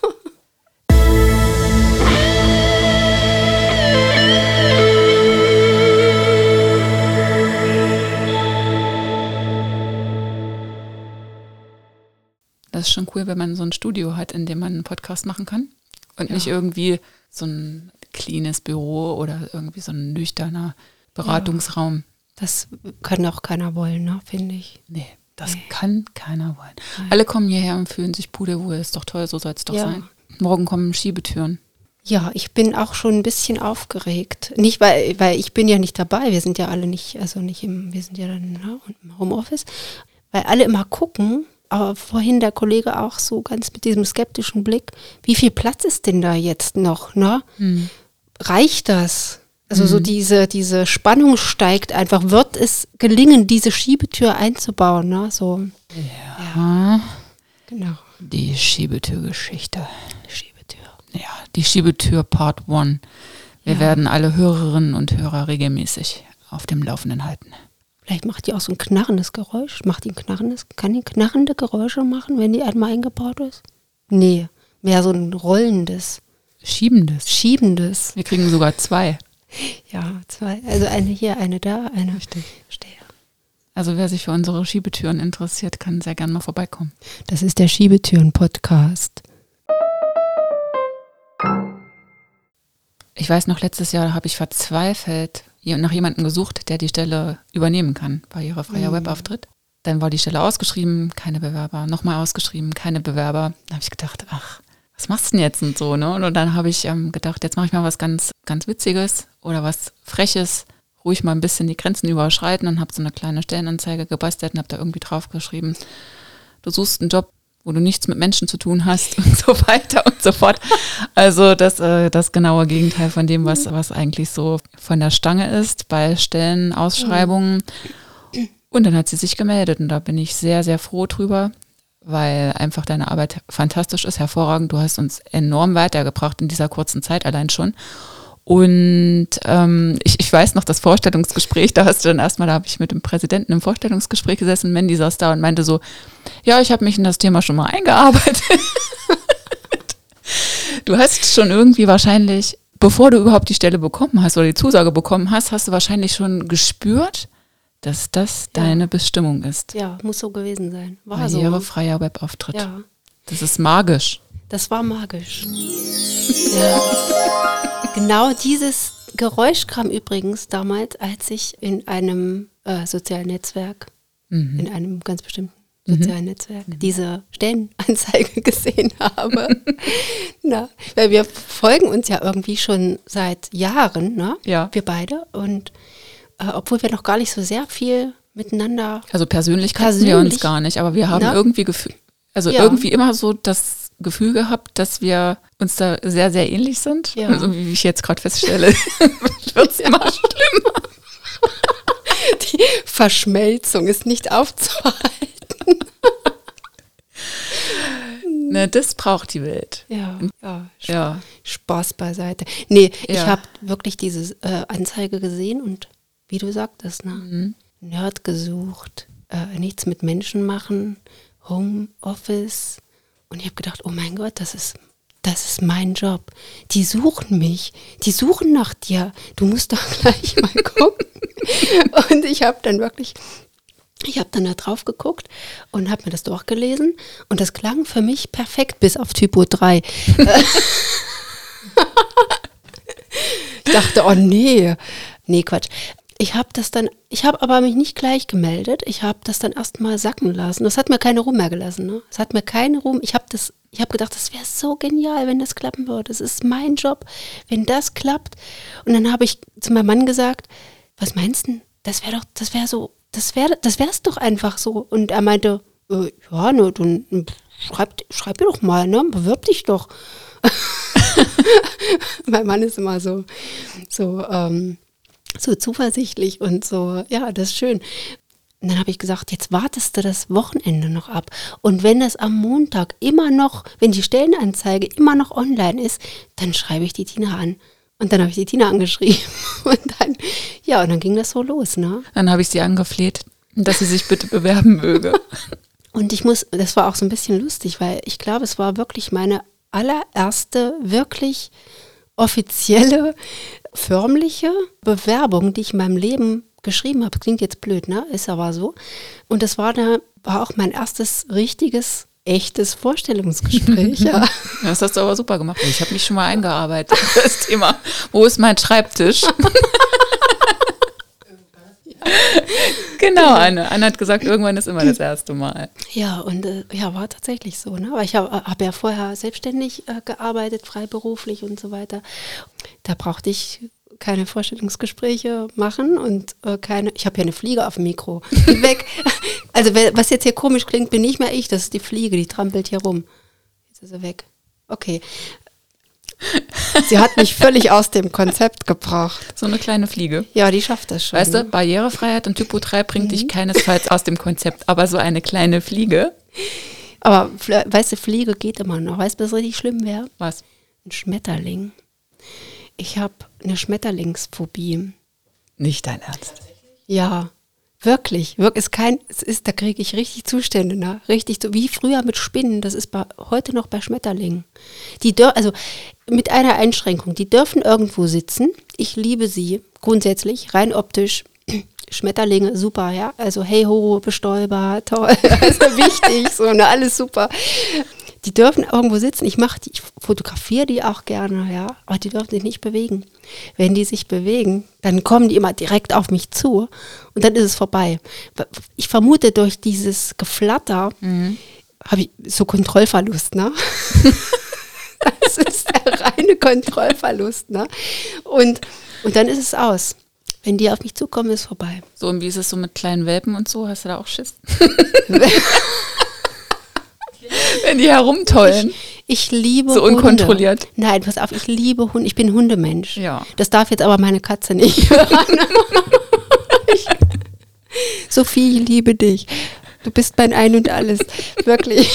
Speaker 2: Das ist schon cool, wenn man so ein Studio hat, in dem man einen Podcast machen kann und nicht irgendwie so ein cleanes Büro oder irgendwie so ein nüchterner Beratungsraum.
Speaker 3: Das kann auch keiner wollen, ne, finde ich.
Speaker 2: Nee, das kann keiner wollen. Nein. Alle kommen hierher und fühlen sich pudelwohl, ist doch toll, so soll es doch sein. Morgen kommen Schiebetüren.
Speaker 3: Ja, ich bin auch schon ein bisschen aufgeregt. Nicht, weil ich bin ja nicht dabei, wir sind ja alle nicht, wir sind ja dann im Homeoffice, weil alle immer gucken. Aber vorhin der Kollege auch so ganz mit diesem skeptischen Blick, wie viel Platz ist denn da jetzt noch, ne? Reicht das? Also so diese Spannung steigt einfach. Wird es gelingen, diese Schiebetür einzubauen, ne? So.
Speaker 2: Ja.
Speaker 3: Genau.
Speaker 2: Die Schiebetürgeschichte. Ja, die Schiebetür Part 1. Wir werden alle Hörerinnen und Hörer regelmäßig auf dem Laufenden halten.
Speaker 3: Vielleicht macht die auch so ein knarrendes Geräusch. Kann die knarrende Geräusche machen, wenn die einmal eingebaut ist? Nee, mehr so ein rollendes. Schiebendes.
Speaker 2: Wir kriegen sogar 2.
Speaker 3: Ja, 2. Also eine hier, eine da, eine.
Speaker 2: Richtig.
Speaker 3: Verstehe.
Speaker 2: Also wer sich für unsere Schiebetüren interessiert, kann sehr gerne mal vorbeikommen.
Speaker 3: Das ist der Schiebetüren-Podcast.
Speaker 2: Ich weiß noch, letztes Jahr habe ich verzweifelt nach jemandem gesucht, der die Stelle übernehmen kann, barrierefreier Webauftritt. Dann war die Stelle ausgeschrieben, keine Bewerber, nochmal ausgeschrieben, keine Bewerber. Da habe ich gedacht, ach, was machst du denn jetzt und so, ne? Und dann habe ich gedacht, jetzt mache ich mal was ganz, ganz Witziges oder was Freches, ruhig mal ein bisschen die Grenzen überschreiten und habe so eine kleine Stellenanzeige gebastelt und habe da irgendwie drauf geschrieben, du suchst einen Job, wo du nichts mit Menschen zu tun hast und so weiter und so fort. Also das genaue Gegenteil von dem, was eigentlich so von der Stange ist bei Stellenausschreibungen. Und dann hat sie sich gemeldet und da bin ich sehr, sehr froh drüber, weil einfach deine Arbeit fantastisch ist, hervorragend. Du hast uns enorm weitergebracht in dieser kurzen Zeit allein schon. Und ich weiß noch, das Vorstellungsgespräch, da habe ich mit dem Präsidenten im Vorstellungsgespräch gesessen, Mandy saß da und meinte so, ja, ich habe mich in das Thema schon mal eingearbeitet. Du hast schon irgendwie wahrscheinlich, bevor du überhaupt die Stelle bekommen hast oder die Zusage bekommen hast, hast du wahrscheinlich schon gespürt, dass das deine Bestimmung ist.
Speaker 3: Ja, muss so gewesen sein. War so.
Speaker 2: Barrierefreier Webauftritt.
Speaker 3: Ja.
Speaker 2: Das ist magisch.
Speaker 3: Das war magisch. Ja. Genau dieses Geräusch kam übrigens damals, als ich in einem sozialen Netzwerk, in einem ganz bestimmten sozialen Netzwerk, diese Stellenanzeige gesehen habe. Na, weil wir folgen uns ja irgendwie schon seit Jahren, ne?
Speaker 2: Ja.
Speaker 3: Wir beide. Und obwohl wir noch gar nicht so sehr viel miteinander.
Speaker 2: Also persönlich kannten wir uns gar nicht, aber wir haben irgendwie irgendwie immer so das Gefühl gehabt, dass wir uns da sehr, sehr ähnlich sind.
Speaker 3: Ja.
Speaker 2: Also wie ich jetzt gerade feststelle, wird es immer schlimmer.
Speaker 3: Die Verschmelzung ist nicht aufzuhalten.
Speaker 2: Ne, das braucht die Welt.
Speaker 3: Ja. Spaß beiseite. Nee, ich habe wirklich diese Anzeige gesehen und wie du sagtest, ne? Nerd gesucht, nichts mit Menschen machen, Homeoffice. Und ich habe gedacht, oh mein Gott, das ist mein Job. Die suchen mich, die suchen nach dir. Du musst doch gleich mal gucken. Und ich habe dann da drauf geguckt und habe mir das durchgelesen und das klang für mich perfekt, bis auf Typo 3. Ich dachte, oh nee, Quatsch. Ich habe aber mich nicht gleich gemeldet. Ich habe das dann erstmal sacken lassen. Das hat mir keine Ruhe mehr gelassen. Ne? Es hat mir keine Ruhe. Ich habe gedacht, das wäre so genial, wenn das klappen würde. Das ist mein Job, wenn das klappt. Und dann habe ich zu meinem Mann gesagt, was meinst du? Das wär's doch einfach so. Und er meinte, ja, ne, dann schreib dir doch mal, ne? Bewirb dich doch. Mein Mann ist immer so zuversichtlich und so, ja, das ist schön. Und dann habe ich gesagt, jetzt wartest du das Wochenende noch ab. Und wenn das am Montag wenn die Stellenanzeige immer noch online ist, dann schreibe ich die Tina an. Und dann habe ich die Tina angeschrieben. Und dann ging das so los, ne?
Speaker 2: Dann habe ich sie angefleht, dass sie sich bitte bewerben möge.
Speaker 3: Und das war auch so ein bisschen lustig, weil ich glaube, es war wirklich meine allererste wirklich offizielle, förmliche Bewerbung, die ich in meinem Leben geschrieben habe. Klingt jetzt blöd, ne? Ist aber so. Und das war auch mein erstes richtiges, echtes Vorstellungsgespräch. Ja.
Speaker 2: Das hast du aber super gemacht. Ich habe mich schon mal eingearbeitet. Das Thema, wo ist mein Schreibtisch? Genau, Anne hat gesagt, irgendwann ist immer das erste Mal.
Speaker 3: Ja, und war tatsächlich so. Ne? Aber ich habe ja vorher selbstständig gearbeitet, freiberuflich und so weiter. Da brauchte ich keine Vorstellungsgespräche machen und ich habe ja eine Fliege auf dem Mikro. Weg. Also was jetzt hier komisch klingt, bin nicht mehr ich, das ist die Fliege, die trampelt hier rum. Jetzt ist sie weg. Okay. Sie hat mich völlig aus dem Konzept gebracht.
Speaker 2: So eine kleine Fliege.
Speaker 3: Ja, die schafft das schon.
Speaker 2: Weißt du, Barrierefreiheit und Typo 3 bringt dich keinesfalls aus dem Konzept, aber so eine kleine Fliege.
Speaker 3: Aber weißt du, Fliege geht immer noch. Weißt du, was richtig schlimm wäre?
Speaker 2: Was?
Speaker 3: Ein Schmetterling. Ich habe eine Schmetterlingsphobie.
Speaker 2: Nicht dein Ernst?
Speaker 3: Ja, Wirklich, da kriege ich richtig Zustände, ne? Richtig so wie früher mit Spinnen, das ist heute noch bei Schmetterlingen. Also mit einer Einschränkung, die dürfen irgendwo sitzen. Ich liebe sie grundsätzlich, rein optisch. Schmetterlinge, super, ja. Also hey ho, Bestäuber, toll, also wichtig, so, ne, alles super. Die dürfen irgendwo sitzen. Ich fotografiere die auch gerne, ja, aber die dürfen sich nicht bewegen. Wenn die sich bewegen, dann kommen die immer direkt auf mich zu und dann ist es vorbei. Ich vermute, durch dieses Geflatter habe ich so Kontrollverlust, ne? Das ist der reine Kontrollverlust, ne? Und dann ist es aus. Wenn die auf mich zukommen, ist es vorbei.
Speaker 2: So, und wie ist es so mit kleinen Welpen und so? Hast du da auch Schiss? Wenn die herumtollen.
Speaker 3: Ich liebe
Speaker 2: so
Speaker 3: Hunde.
Speaker 2: Unkontrolliert.
Speaker 3: Nein, pass auf, ich liebe Hunde. Ich bin Hundemensch.
Speaker 2: Ja.
Speaker 3: Das darf jetzt aber meine Katze nicht hören. Sophie, ich liebe dich. Du bist mein Ein und Alles. Wirklich.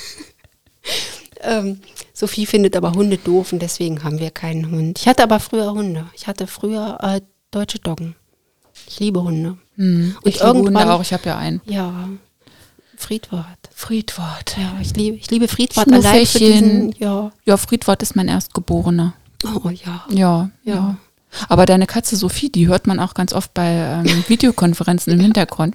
Speaker 3: Sophie findet aber Hunde doof und deswegen haben wir keinen Hund. Ich hatte aber früher Hunde. Ich hatte früher deutsche Doggen. Ich liebe Hunde.
Speaker 2: Und ich liebe Hunde auch, ich habe ja einen.
Speaker 3: Ja, Friedwort.
Speaker 2: Ja,
Speaker 3: ich liebe Friedwort allein für diesen, ja,
Speaker 2: Friedwort ist mein Erstgeborener.
Speaker 3: Oh ja.
Speaker 2: Ja. Aber deine Katze Sophie, die hört man auch ganz oft bei Videokonferenzen im Hintergrund.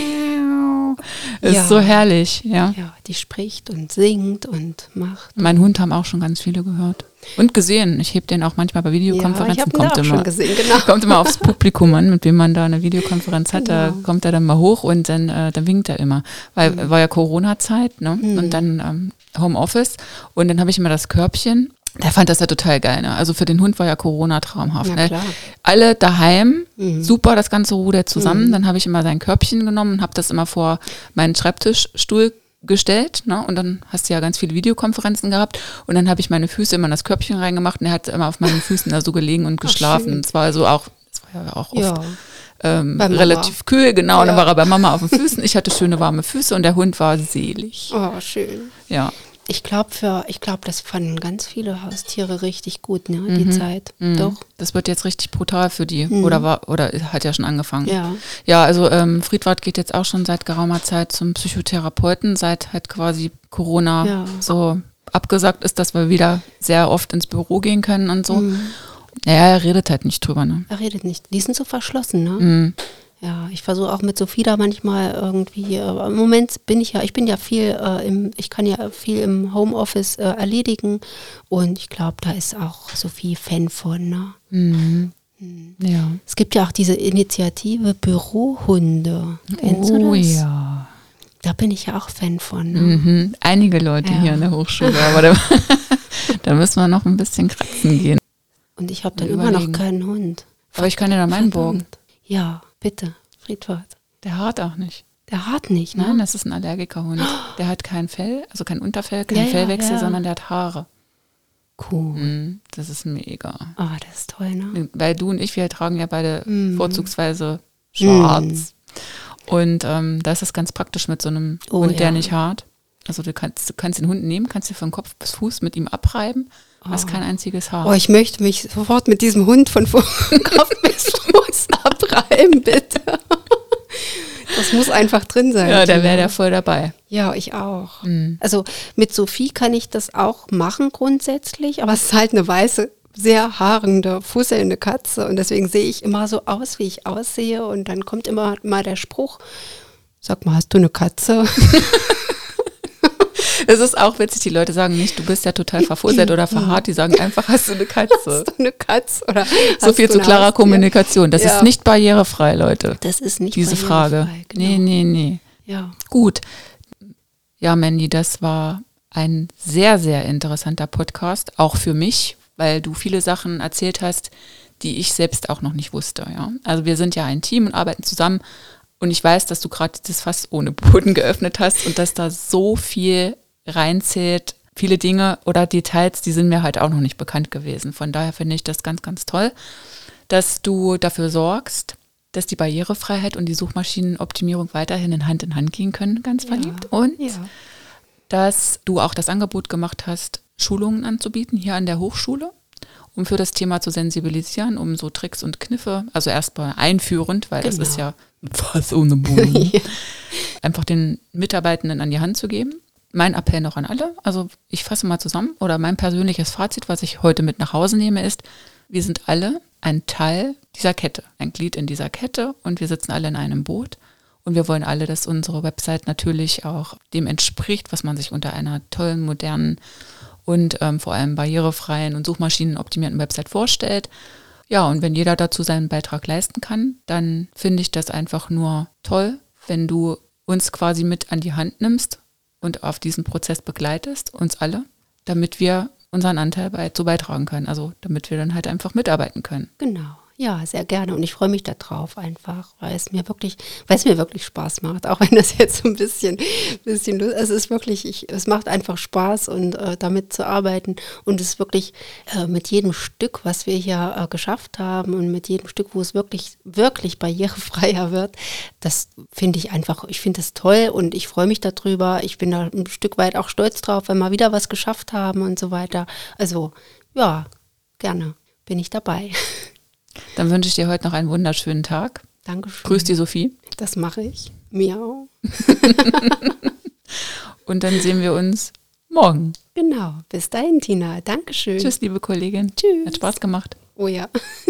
Speaker 2: Ist so herrlich, ja.
Speaker 3: Ja, die spricht und singt und macht.
Speaker 2: Mein Hund haben auch schon ganz viele gehört. Und gesehen. Ich hebe den auch manchmal bei Videokonferenzen. Kommt immer aufs Publikum an, mit wem man da eine Videokonferenz hat. Genau. Da kommt er dann mal hoch und dann winkt er immer. Weil war ja Corona-Zeit, ne? Und dann Homeoffice. Und dann habe ich immer das Körbchen. Der fand das ja total geil. Ne? Also für den Hund war ja Corona traumhaft. Ne? Alle daheim, super, das ganze Ruder zusammen. Dann habe ich immer sein Körbchen genommen und habe das immer vor meinen Schreibtischstuhl gestellt. Ne? Und dann hast du ja ganz viele Videokonferenzen gehabt. Und dann habe ich meine Füße immer in das Körbchen reingemacht und er hat immer auf meinen Füßen da so gelegen und geschlafen. Es war also auch, ja auch oft relativ kühl, genau. Ja. Und dann war er bei Mama auf den Füßen. Ich hatte schöne warme Füße und der Hund war selig.
Speaker 3: Oh, schön.
Speaker 2: Ja.
Speaker 3: Ich glaube, das fanden ganz viele Haustiere richtig gut, ne, die Zeit. Doch.
Speaker 2: Das wird jetzt richtig brutal für die. Oder hat ja schon angefangen.
Speaker 3: Ja.
Speaker 2: Ja, also Friedwart geht jetzt auch schon seit geraumer Zeit zum Psychotherapeuten, seit halt quasi Corona so abgesagt ist, dass wir wieder sehr oft ins Büro gehen können und so. Naja, er redet halt nicht drüber, ne?
Speaker 3: Er redet nicht. Die sind so verschlossen, ne? Ja, ich versuche auch mit Sophie da manchmal irgendwie, im Moment ich bin ja viel, ich kann ja viel im Homeoffice erledigen und ich glaube, da ist auch Sophie Fan von, ne?
Speaker 2: Ja.
Speaker 3: Es gibt ja auch diese Initiative Bürohunde. Kennst du das?
Speaker 2: Ja.
Speaker 3: Da bin ich ja auch Fan von. Ne?
Speaker 2: Einige Leute hier an der Hochschule, aber da müssen wir noch ein bisschen kratzen gehen.
Speaker 3: Und ich habe dann immer noch keinen Hund.
Speaker 2: Aber ich kann dir da meinen borgen.
Speaker 3: Ja, bitte, Friedwort.
Speaker 2: Der haart auch nicht.
Speaker 3: Der haart nicht, ne?
Speaker 2: Nein, das ist ein Allergikerhund. Der hat kein Fell, also kein Unterfell, kein Fellwechsel, sondern der hat Haare.
Speaker 3: Cool.
Speaker 2: Das ist mega.
Speaker 3: Ah, das ist toll, ne?
Speaker 2: Weil du und ich, wir tragen ja beide vorzugsweise schwarz. Und da ist das ganz praktisch mit so einem Hund, der nicht haart. Also du kannst den Hund nehmen, kannst dir von Kopf bis Fuß mit ihm abreiben. Hast kein einziges Haar.
Speaker 3: Oh, ich möchte mich sofort mit diesem Hund von Kopf bis Fuß abreiben, bitte. Das muss einfach drin sein.
Speaker 2: Ja, der wäre da voll dabei.
Speaker 3: Ja, ich auch. Also mit Sophie kann ich das auch machen grundsätzlich, aber es ist halt eine weiße, sehr haarende, fusselnde Katze und deswegen sehe ich immer so aus, wie ich aussehe und dann kommt immer mal der Spruch, sag mal, hast du eine Katze?
Speaker 2: Es ist auch witzig, die Leute sagen nicht, du bist ja total verfuselt oder verhaart, die sagen einfach, hast du eine Katze?
Speaker 3: Hast du eine Katze? Oder
Speaker 2: so viel zu klarer Kommunikation. Das ist nicht barrierefrei, Leute.
Speaker 3: Das ist nicht
Speaker 2: diese Frage. Genau. Nee.
Speaker 3: Ja.
Speaker 2: Gut. Ja, Mandy, das war ein sehr, sehr interessanter Podcast, auch für mich, weil du viele Sachen erzählt hast, die ich selbst auch noch nicht wusste. Ja? Also wir sind ja ein Team und arbeiten zusammen und ich weiß, dass du gerade das Fass ohne Boden geöffnet hast und dass da so viel reinzählt, viele Dinge oder Details, die sind mir halt auch noch nicht bekannt gewesen. Von daher finde ich das ganz, ganz toll, dass du dafür sorgst, dass die Barrierefreiheit und die Suchmaschinenoptimierung weiterhin in Hand gehen können, ganz verliebt. Und dass du auch das Angebot gemacht hast, Schulungen anzubieten hier an der Hochschule. um für das Thema zu sensibilisieren, um so Tricks und Kniffe, also erstmal einführend, weil das ist ja fast ohne Boden, einfach den Mitarbeitenden an die Hand zu geben. Mein Appell noch an alle, also ich fasse mal zusammen, oder mein persönliches Fazit, was ich heute mit nach Hause nehme, ist, wir sind alle ein Teil dieser Kette, ein Glied in dieser Kette und wir sitzen alle in einem Boot und wir wollen alle, dass unsere Website natürlich auch dem entspricht, was man sich unter einer tollen, modernen und vor allem barrierefreien und suchmaschinenoptimierten Website vorstellt. Ja, und wenn jeder dazu seinen Beitrag leisten kann, dann finde ich das einfach nur toll, wenn du uns quasi mit an die Hand nimmst und auf diesen Prozess begleitest, uns alle, damit wir unseren Anteil dazu beitragen können, also damit wir dann halt einfach mitarbeiten können.
Speaker 3: Genau. Ja, sehr gerne und ich freue mich darauf einfach, weil es mir wirklich Spaß macht, auch wenn das jetzt so ein bisschen es ist wirklich, es macht einfach Spaß und damit zu arbeiten und es wirklich mit jedem Stück, was wir hier geschafft haben und mit jedem Stück, wo es wirklich barrierefreier wird, das finde ich einfach, ich finde das toll und ich freue mich darüber, ich bin da ein Stück weit auch stolz drauf, wenn wir wieder was geschafft haben und so weiter, also ja, gerne bin ich dabei.
Speaker 2: Dann wünsche ich dir heute noch einen wunderschönen Tag.
Speaker 3: Dankeschön.
Speaker 2: Grüß die Sophie.
Speaker 3: Das mache ich. Miau.
Speaker 2: Und dann sehen wir uns morgen.
Speaker 3: Genau. Bis dahin, Tina. Dankeschön.
Speaker 2: Tschüss, liebe Kollegin.
Speaker 3: Tschüss.
Speaker 2: Hat Spaß gemacht.
Speaker 3: Oh ja.